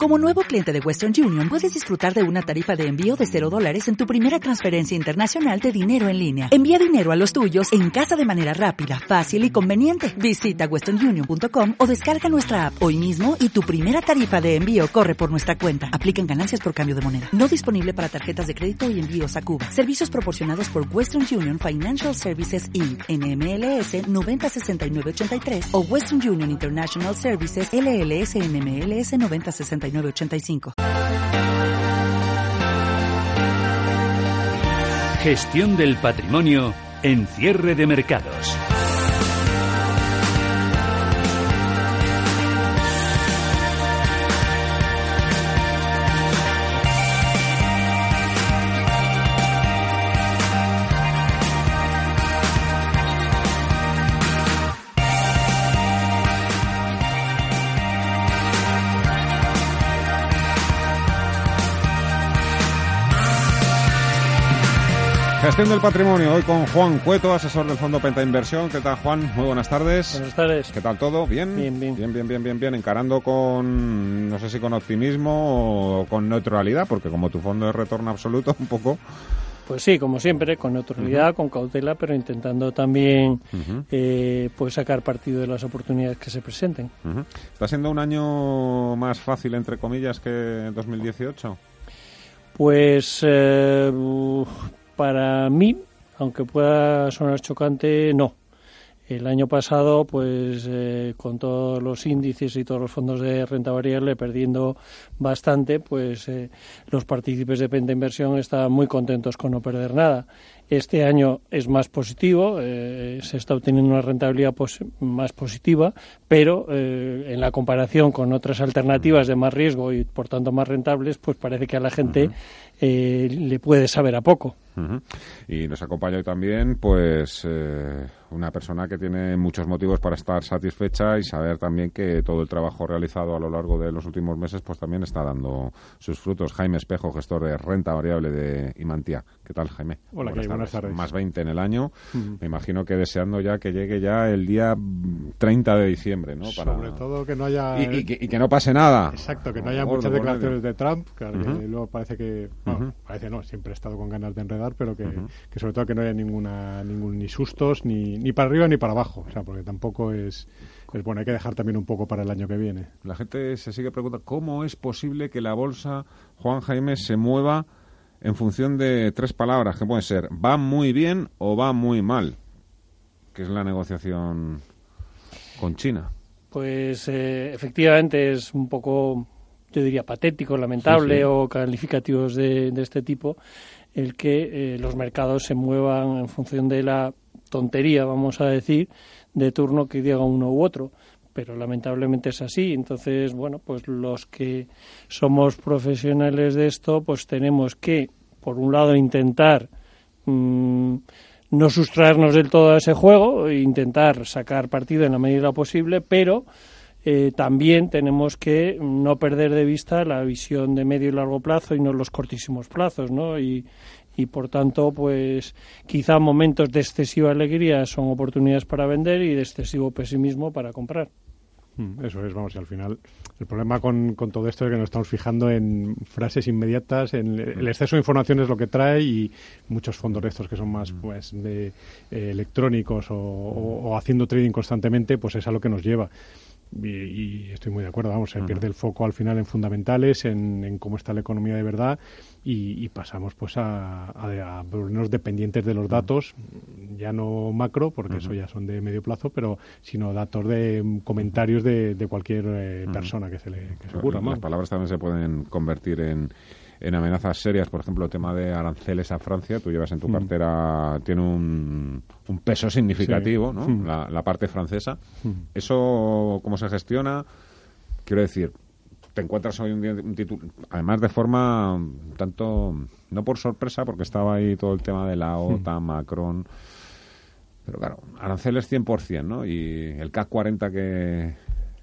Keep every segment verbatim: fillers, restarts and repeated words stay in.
Como nuevo cliente de Western Union, puedes disfrutar de una tarifa de envío de cero dólares en tu primera transferencia internacional de dinero en línea. Envía dinero a los tuyos en casa de manera rápida, fácil y conveniente. Visita western union punto com o descarga nuestra app hoy mismo y tu primera tarifa de envío corre por nuestra cuenta. Aplican ganancias por cambio de moneda. No disponible para tarjetas de crédito y envíos a Cuba. Servicios proporcionados por Western Union Financial Services incorporated. N M L S noventa sesenta y nueve ochenta y tres o Western Union International Services L L S N M L S noventa sesenta y nueve ochenta y cinco. Gestión del patrimonio en cierre de mercados. Gestión del patrimonio, hoy con Juan Cueto, asesor del Fondo Penta Inversión. ¿Qué tal, Juan? Muy buenas tardes. Buenas tardes. ¿Qué tal todo? ¿Bien? Bien, bien. Bien, bien, bien, bien, bien. Encarando con, no sé si con optimismo o con neutralidad, porque como tu fondo es retorno absoluto, un poco... Pues sí, como siempre, con neutralidad, uh-huh. con cautela, pero intentando también uh-huh. eh, pues sacar partido de las oportunidades que se presenten. Uh-huh. ¿Está siendo un año más fácil, entre comillas, que dos mil dieciocho? Pues... Eh, para mí, aunque pueda sonar chocante, no. El año pasado, pues eh, con todos los índices y todos los fondos de renta variable perdiendo bastante, pues eh, los partícipes de Penta Inversión estaban muy contentos con no perder nada. Este año es más positivo, eh, se está obteniendo una rentabilidad pos- más positiva, pero eh, en la comparación con otras alternativas de más riesgo y por tanto más rentables, pues parece que a la gente eh, le puede saber a poco. Uh-huh. Y nos acompaña hoy también, pues, eh, una persona que tiene muchos motivos para estar satisfecha y saber también que todo el trabajo realizado a lo largo de los últimos meses, pues también está dando sus frutos. Jaime Espejo, gestor de renta variable de Imantía. ¿Qué tal, Jaime? Hola, ¿qué hay? Buenas tardes. Más veinte en el año. Uh-huh. Me imagino que deseando ya que llegue ya el día treinta de diciembre, ¿no? Para... Sobre todo que no haya... Y, y, que, y que no pase nada. Exacto, que no haya Gordo, muchas declaraciones gordo. de Trump, que Uh-huh. luego parece que... Bueno, Uh-huh. parece no, siempre he estado con ganas de enredar, pero que, Uh-huh. que sobre todo que no haya ninguna ningún ni sustos, ni, ni para arriba ni para abajo. O sea, porque tampoco es... es bueno, hay que dejar también un poco para el año que viene. La gente se sigue preguntando, ¿cómo es posible que la bolsa, Juan Jaime, se mueva en función de tres palabras, que pueden ser va muy bien o va muy mal, que es la negociación con China? Pues eh, efectivamente es un poco, yo diría, patético, lamentable, sí, sí. o calificativos de, de este tipo, el que eh, los mercados se muevan en función de la tontería, vamos a decir, de turno que diga uno u otro. Pero lamentablemente es así. Entonces, bueno, pues los que somos profesionales de esto, pues tenemos que, por un lado, intentar mmm, no sustraernos del todo a ese juego, e intentar sacar partido en la medida posible, pero eh, también tenemos que no perder de vista la visión de medio y largo plazo y no los cortísimos plazos, ¿no? Y, y por tanto, pues quizá momentos de excesiva alegría son oportunidades para vender y de excesivo pesimismo para comprar. Eso es, vamos, y al final el problema con, con todo esto es que nos estamos fijando en frases inmediatas, en el exceso de información es lo que trae y muchos fondos de estos que son más pues de eh, electrónicos o, o, o haciendo trading constantemente, pues es a lo que nos lleva. Y, y estoy muy de acuerdo, vamos, se uh-huh. pierde el foco al final en fundamentales, en, en cómo está la economía de verdad y, y pasamos pues a, a, a volvernos dependientes de los datos, uh-huh. ya no macro, porque uh-huh. eso ya son de medio plazo, pero sino datos de comentarios de, de cualquier eh, uh-huh. persona que se le que se ocurra. Las palabras también se pueden convertir en en amenazas serias, por ejemplo, el tema de aranceles a Francia, tú llevas en tu cartera, mm. tiene un, un peso significativo, sí. ¿no? Mm. La, la parte francesa. Mm. ¿Eso cómo se gestiona? Quiero decir, te encuentras hoy un, un título, además de forma tanto, no por sorpresa, porque estaba ahí todo el tema de la OTAN, mm. Macron, pero claro, aranceles cien por ciento, ¿no? Y el C A C cuarenta que...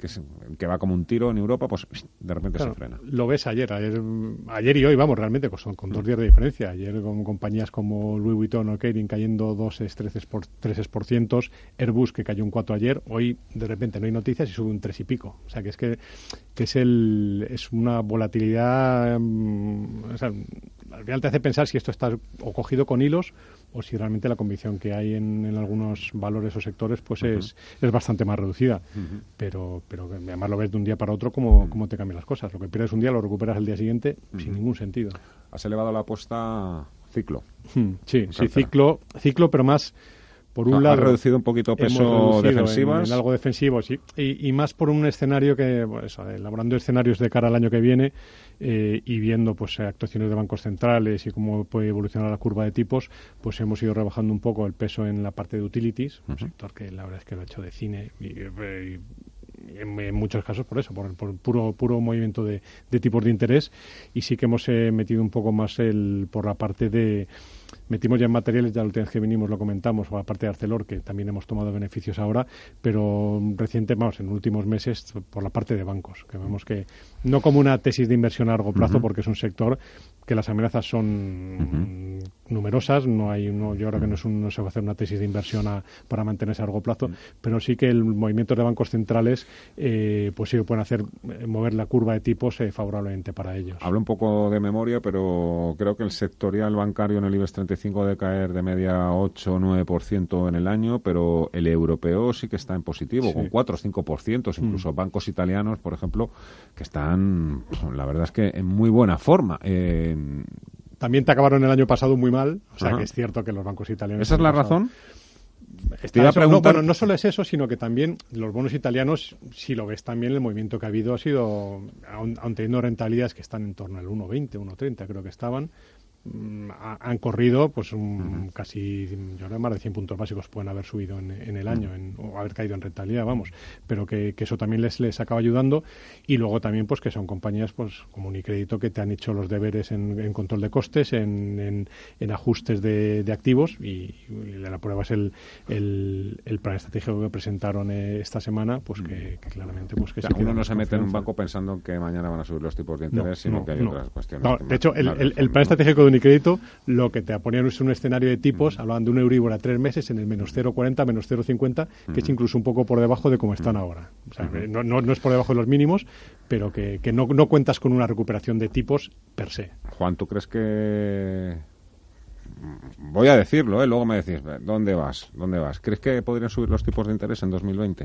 que, es, que va como un tiro en Europa, pues de repente claro, se frena. Lo ves ayer, ayer, ayer y hoy, vamos, realmente, pues son con dos días de diferencia. Ayer con compañías como Louis Vuitton o Kering cayendo dos, tres por ciento, Airbus que cayó un cuatro ayer, hoy de repente no hay noticias y sube un tres y pico. O sea, que es que, que es el es una volatilidad, um, o sea, al final te hace pensar si esto está o cogido con hilos o si realmente la convicción que hay en, en algunos valores o sectores pues uh-huh. es, es bastante más reducida. Uh-huh. Pero pero además lo ves de un día para otro cómo, cómo te cambian las cosas. Lo que pierdes un día lo recuperas al día siguiente uh-huh. sin ningún sentido. Has elevado la apuesta ciclo. Uh-huh. Sí, sí, ciclo, ciclo, pero más... Por un o sea, lado, ha reducido un poquito peso defensivas. En, en algo defensivo, sí. Y, y más por un escenario que, pues, elaborando escenarios de cara al año que viene eh, y viendo pues actuaciones de bancos centrales y cómo puede evolucionar la curva de tipos, pues hemos ido rebajando un poco el peso en la parte de utilities, uh-huh. un sector que la verdad es que lo ha hecho de cine y, y En, en muchos casos por eso, por, por puro puro movimiento de, de tipos de interés, y sí que hemos eh, metido un poco más el por la parte de metimos ya en materiales, ya la última vez que vinimos lo comentamos, por la parte de Arcelor, que también hemos tomado beneficios ahora, pero reciente, vamos, en últimos meses por la parte de bancos, que vemos que no como una tesis de inversión a largo plazo, uh-huh. porque es un sector que las amenazas son uh-huh. numerosas, no hay no, yo creo que no, es un, no se va a hacer una tesis de inversión a, para mantenerse a largo plazo, uh-huh. pero sí que el movimiento de bancos centrales eh, pues sí pueden hacer eh, mover la curva de tipos eh, favorablemente para ellos. Hablo un poco de memoria, pero creo que el sectorial bancario en el IBEX treinta y cinco debe caer de media ocho o nueve por ciento en el año, pero el europeo sí que está en positivo, sí. con cuatro o cinco por ciento, incluso mm. bancos italianos, por ejemplo, que están, la verdad es que en muy buena forma. Eh, También te acabaron el año pasado muy mal, o sea Ajá. que es cierto que los bancos italianos... ¿Esa es la razón? Te iba a preguntar... no, bueno, no solo es eso, sino que también los bonos italianos, si lo ves también, el movimiento que ha habido ha sido, aun, aun teniendo rentabilidades que están en torno al uno veinte, uno treinta, creo que estaban, han corrido pues un, uh-huh. casi yo creo más de cien puntos básicos pueden haber subido en, en el año en, o haber caído en rentabilidad, vamos, pero que, que eso también les, les acaba ayudando, y luego también pues que son compañías pues como Unicrédito que te han hecho los deberes en, en control de costes, en, en, en ajustes de, de activos, y, y la prueba es el, el, el plan estratégico que presentaron eh, esta semana, pues que, que claramente pues que o sea, uno no se mete en un banco pensando que mañana van a subir los tipos de interés, no, sino no, que hay no. otras cuestiones. No, de hecho el, el, el plan estratégico de Unicrédito lo que te ponían es un escenario de tipos, uh-huh. hablaban de un Euribor a tres meses en el menos cero coma cuarenta, menos cero coma cincuenta, uh-huh. que es incluso un poco por debajo de cómo están uh-huh. ahora. O sea, uh-huh. no, no, no es por debajo de los mínimos, pero que, que no, no cuentas con una recuperación de tipos per se. Juan, ¿tú crees que...? Voy a decirlo, ¿eh? Luego me decís, ¿dónde vas? ¿Dónde vas? ¿Crees que podrían subir los tipos de interés en dos mil veinte?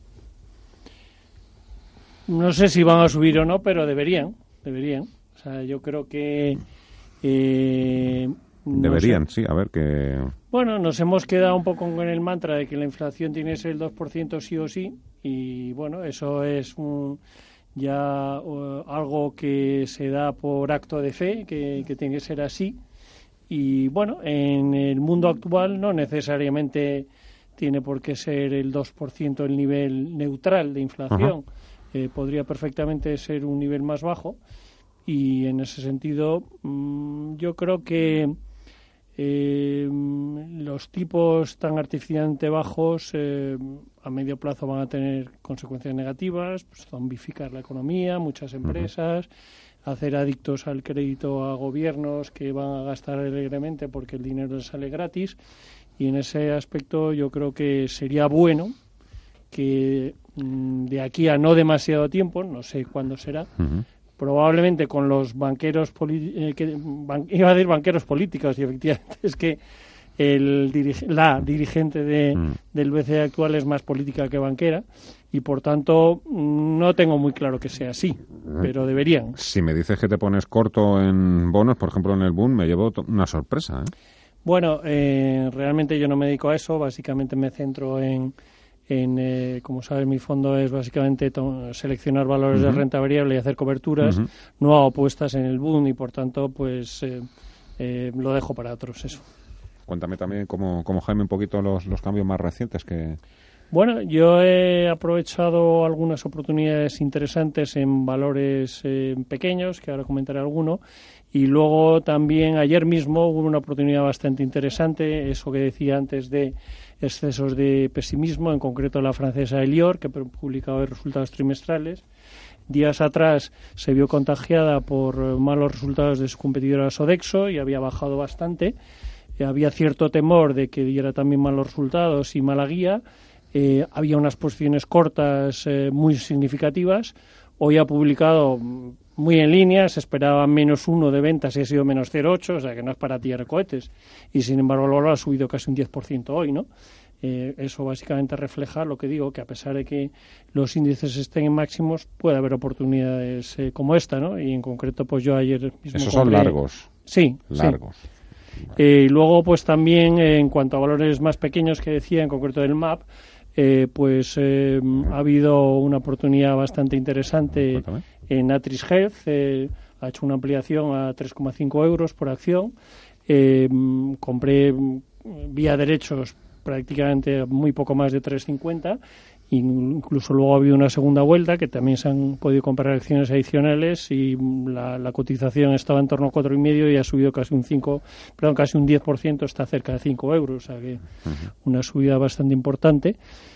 No sé si van a subir o no, pero deberían, deberían. O sea, yo creo que... Eh, no Deberían, sé. sí, a ver que... Bueno, nos hemos quedado un poco con el mantra de que la inflación tiene que ser el dos por ciento sí o sí, y bueno, eso es un, ya uh, algo que se da por acto de fe, que, que tiene que ser así, y bueno, en el mundo actual no necesariamente tiene por qué ser el dos por ciento el nivel neutral de inflación, eh, podría perfectamente ser un nivel más bajo. Y en ese sentido, mmm, yo creo que eh, los tipos tan artificialmente bajos eh, a medio plazo van a tener consecuencias negativas, pues zombificar la economía, muchas empresas, uh-huh. hacer adictos al crédito a gobiernos que van a gastar alegremente porque el dinero les sale gratis, y en ese aspecto yo creo que sería bueno que mmm, de aquí a no demasiado tiempo, no sé cuándo será, uh-huh. probablemente con los banqueros, poli- eh, que, ban- iba a decir banqueros políticos, y efectivamente es que el dirige- la dirigente de, mm. del B C E actual es más política que banquera, y por tanto no tengo muy claro que sea así, pero deberían. Si me dices que te pones corto en bonos, por ejemplo en el Bund, me llevo to- una sorpresa, ¿eh? Bueno, eh, realmente yo no me dedico a eso, básicamente me centro en... En, eh, como sabes, mi fondo es básicamente to- seleccionar valores uh-huh. de renta variable y hacer coberturas. Uh-huh. No hago apuestas en el Bund y, por tanto, pues eh, eh, lo dejo para otros, eso. Cuéntame también, como, como Jaime, un poquito los, los cambios más recientes que... Bueno, yo he aprovechado algunas oportunidades interesantes en valores eh, pequeños, que ahora comentaré alguno, y luego también ayer mismo hubo una oportunidad bastante interesante, eso que decía antes de excesos de pesimismo, en concreto la francesa Elior, que publicaba resultados trimestrales. Días atrás se vio contagiada por malos resultados de su competidora Sodexo y había bajado bastante. Eh, había cierto temor de que diera también malos resultados y mala guía. Eh, había unas posiciones cortas eh, muy significativas. Hoy ha publicado muy en línea, se esperaba menos uno de ventas y ha sido menos cero coma ocho, o sea que no es para tirar cohetes. Y sin embargo, el valor ha subido casi un diez por ciento hoy, ¿no? Eh, eso básicamente refleja lo que digo, que a pesar de que los índices estén en máximos, puede haber oportunidades eh, como esta, ¿no? Y en concreto, pues yo ayer mismo Esos compré... son largos. Sí, largos. Sí. Eh, y luego, pues también, eh, en cuanto a valores más pequeños que decía, en concreto del M A P, eh, pues eh, ha habido una oportunidad bastante interesante Cuéntame. en Atris Health. Eh, ha hecho una ampliación a tres coma cinco euros por acción. Eh, compré vía derechos prácticamente muy poco más de tres cincuenta. Incluso luego ha habido una segunda vuelta que también se han podido comprar acciones adicionales y la, la cotización estaba en torno a cuatro y medio y ha subido casi un cinco, perdón, casi un diez por ciento, está cerca de cinco euros, o sea que uh-huh. una subida bastante importante.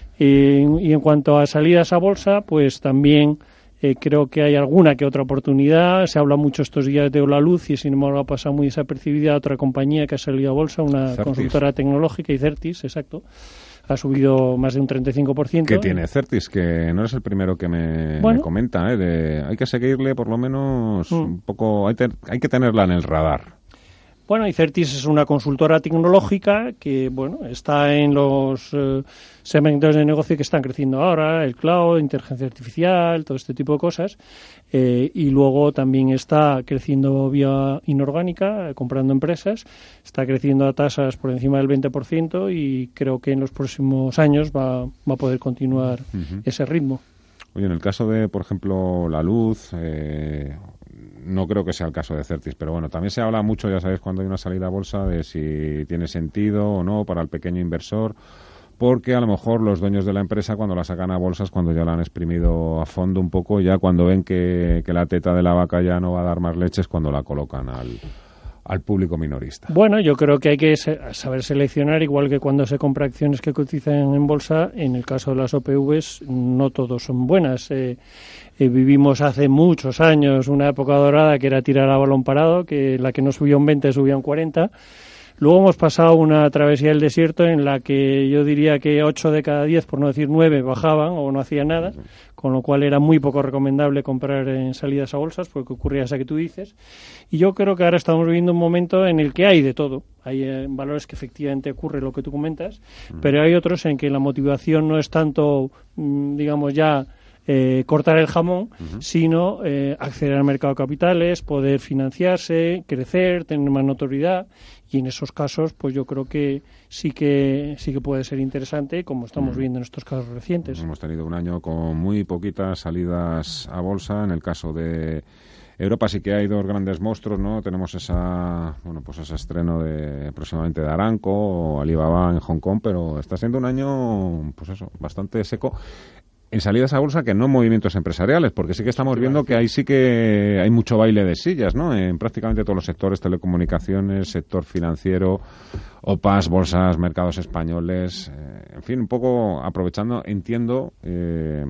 Eh, y en cuanto a salidas a bolsa, pues también eh, creo que hay alguna que otra oportunidad. Se habla mucho estos días de Holaluz y sin embargo ha pasado muy desapercibida otra compañía que ha salido a bolsa, una Certis. Consultora tecnológica, y Certis, exacto. Ha subido más de un treinta y cinco por ciento. ¿Qué tiene Certis? Que no eres el primero que me, bueno. me comenta, ¿eh? De, hay que seguirle por lo menos mm. un poco, hay, te, hay que tenerla en el radar. Bueno, y Certis es una consultora tecnológica que, bueno, está en los eh, segmentos de negocio que están creciendo ahora, el cloud, inteligencia artificial, todo este tipo de cosas. Eh, y luego también está creciendo vía inorgánica, eh, comprando empresas. Está creciendo a tasas por encima del veinte por ciento y creo que en los próximos años va, va a poder continuar uh-huh. ese ritmo. Oye, en el caso de, por ejemplo, la luz... Eh... No creo que sea el caso de Certis, pero bueno, también se habla mucho, ya sabéis, cuando hay una salida a bolsa, de si tiene sentido o no para el pequeño inversor, porque a lo mejor los dueños de la empresa cuando la sacan a bolsas, cuando ya la han exprimido a fondo un poco, ya cuando ven que, que la teta de la vaca ya no va a dar más leches, cuando la colocan al... al público minorista. Bueno, yo creo que hay que saber seleccionar, igual que cuando se compra acciones que cotizan en bolsa. En el caso de las O P Vs, no todos son buenas. Eh, eh, vivimos hace muchos años una época dorada que era tirar a balón parado, que la que no subía un veinte subía un cuarenta. Luego hemos pasado una travesía del desierto en la que yo diría que ocho de cada diez, por no decir nueve, bajaban o no hacían nada, con lo cual era muy poco recomendable comprar en salidas a bolsas, porque ocurría esa que tú dices. Y yo creo que ahora estamos viviendo un momento en el que hay de todo. Hay eh, valores que efectivamente ocurre lo que tú comentas, mm. pero hay otros en que la motivación no es tanto, mmm, digamos ya, Eh, cortar el jamón, uh-huh. sino eh, acceder al mercado de capitales, poder financiarse, crecer, tener más notoriedad, y en esos casos pues yo creo que sí que sí que puede ser interesante, como estamos uh-huh. viendo en estos casos recientes. Hemos tenido un año con muy poquitas salidas a bolsa. En el caso de Europa sí que hay dos grandes monstruos, ¿no? Tenemos esa, bueno, pues ese estreno de próximamente de Aramco o Alibaba en Hong Kong, pero está siendo un año, pues eso, bastante seco en salidas a bolsa, que no en movimientos empresariales, porque sí que estamos viendo que ahí sí que hay mucho baile de sillas, ¿no? En prácticamente todos los sectores, telecomunicaciones, sector financiero, O P As, bolsas, mercados españoles, eh, en fin, un poco aprovechando, entiendo, eh,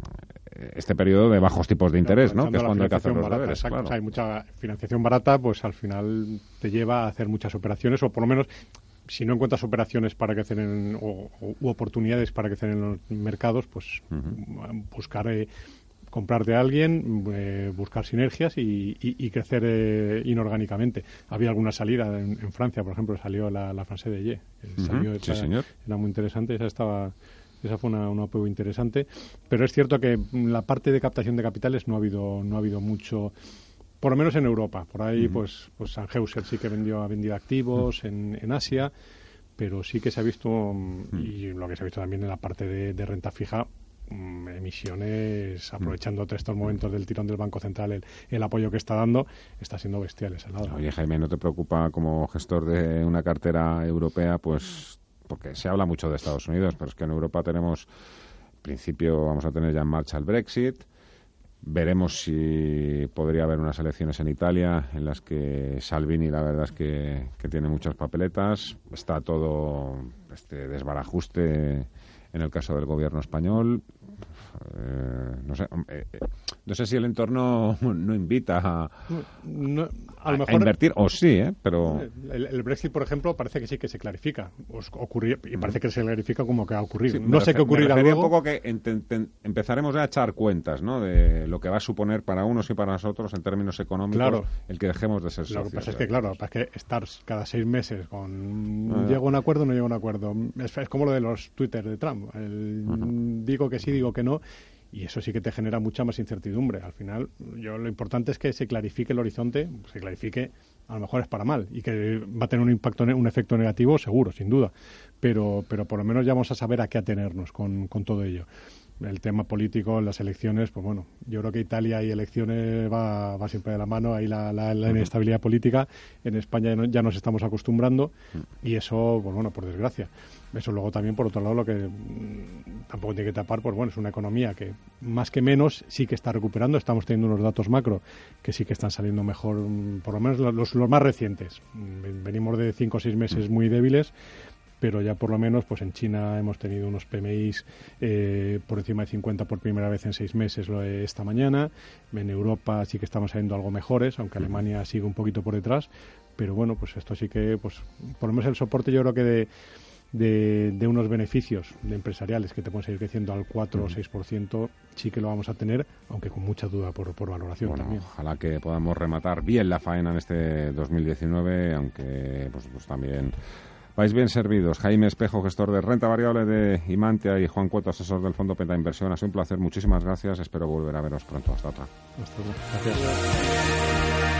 este periodo de bajos tipos de interés, ¿no? Que es cuando hay que hacer los deberes, exacto, claro. O sea, hay mucha financiación barata, pues al final te lleva a hacer muchas operaciones, o por lo menos, si no encuentras operaciones para crecer en, o, o u oportunidades para crecer en los mercados, pues uh-huh. buscar eh, comprar de alguien, eh, buscar sinergias y, y, y crecer eh, inorgánicamente. Había alguna salida en, en Francia, por ejemplo, salió la, la France de Ye. Uh-huh. Salió, sí, esa, señor. Era muy interesante, esa estaba... Esa fue una, una O P V interesante, pero es cierto que la parte de captación de capitales no ha habido no ha habido mucho, por lo menos en Europa. Por ahí, uh-huh. pues pues Sennheiser sí que vendió ha vendido activos uh-huh. en, en Asia, pero sí que se ha visto, uh-huh. y lo que se ha visto también en la parte de, de renta fija, um, emisiones, aprovechando uh-huh. estos momentos del tirón del Banco Central, el, el apoyo que está dando, está siendo bestial esa lado. Oye, Jaime, ¿no te preocupa como gestor de una cartera europea, pues... porque se habla mucho de Estados Unidos, pero es que en Europa tenemos, en principio vamos a tener ya en marcha el Brexit, Veremos si podría haber unas elecciones en Italia en las que Salvini, la verdad es que, que tiene muchas papeletas. Está todo este desbarajuste en el caso del gobierno español. Eh, no sé, eh, eh, no sé si el entorno no invita a, no, a, lo mejor, a invertir, o sí, ¿eh? Pero el, el Brexit, por ejemplo, parece que sí que se clarifica. Os ocurrir, y parece que se clarifica como que ha ocurrido. Sí, no sé refer, qué ocurrirá me luego. un poco que ent, ent, empezaremos a echar cuentas, ¿no? De lo que va a suponer para unos y para nosotros en términos económicos, claro, el que dejemos de ser socios. Lo que pasa es que, claro, es que estar cada seis meses con Ah, llego a un acuerdo o no llego a un acuerdo. Es, es como lo de los Twitter de Trump. El, uh-huh. Digo que sí, digo que no. Y eso sí que te genera mucha más incertidumbre. Al final, yo lo importante es que se clarifique el horizonte, se clarifique, a lo mejor es para mal, y que va a tener un impacto, un efecto negativo, seguro, sin duda. Pero, pero por lo menos ya vamos a saber a qué atenernos con, con todo ello. El tema político, las elecciones, pues bueno, yo creo que Italia y elecciones va, va siempre de la mano, ahí la, la, la inestabilidad política, en España ya, no, ya nos estamos acostumbrando, y eso, pues bueno, por desgracia. Eso luego también, por otro lado, lo que mmm, tampoco tiene que tapar, pues bueno, es una economía que más que menos sí que está recuperando. Estamos teniendo unos datos macro que sí que están saliendo mejor, por lo menos los, los más recientes. Venimos de cinco o seis meses muy débiles, pero ya por lo menos pues en China hemos tenido unos P M Is eh, por encima de cincuenta por primera vez en seis meses lo de esta mañana. En Europa sí que estamos saliendo algo mejores, aunque Alemania sigue un poquito por detrás. Pero bueno, pues esto sí que, pues por lo menos el soporte yo creo que de... De, de unos beneficios de empresariales que te pueden seguir creciendo al cuatro uh-huh. o seis por ciento, sí que lo vamos a tener, aunque con mucha duda por, por valoración bueno, también. Ojalá que podamos rematar bien la faena en este dos mil diecinueve, aunque pues, pues también vais bien servidos. Jaime Espejo, gestor de renta variable de Imantia, y Juan Cueto, asesor del Fondo Penta Inversión. Ha sido un placer, muchísimas gracias. Espero volver a veros pronto. Hasta otra. Hasta otra. Gracias.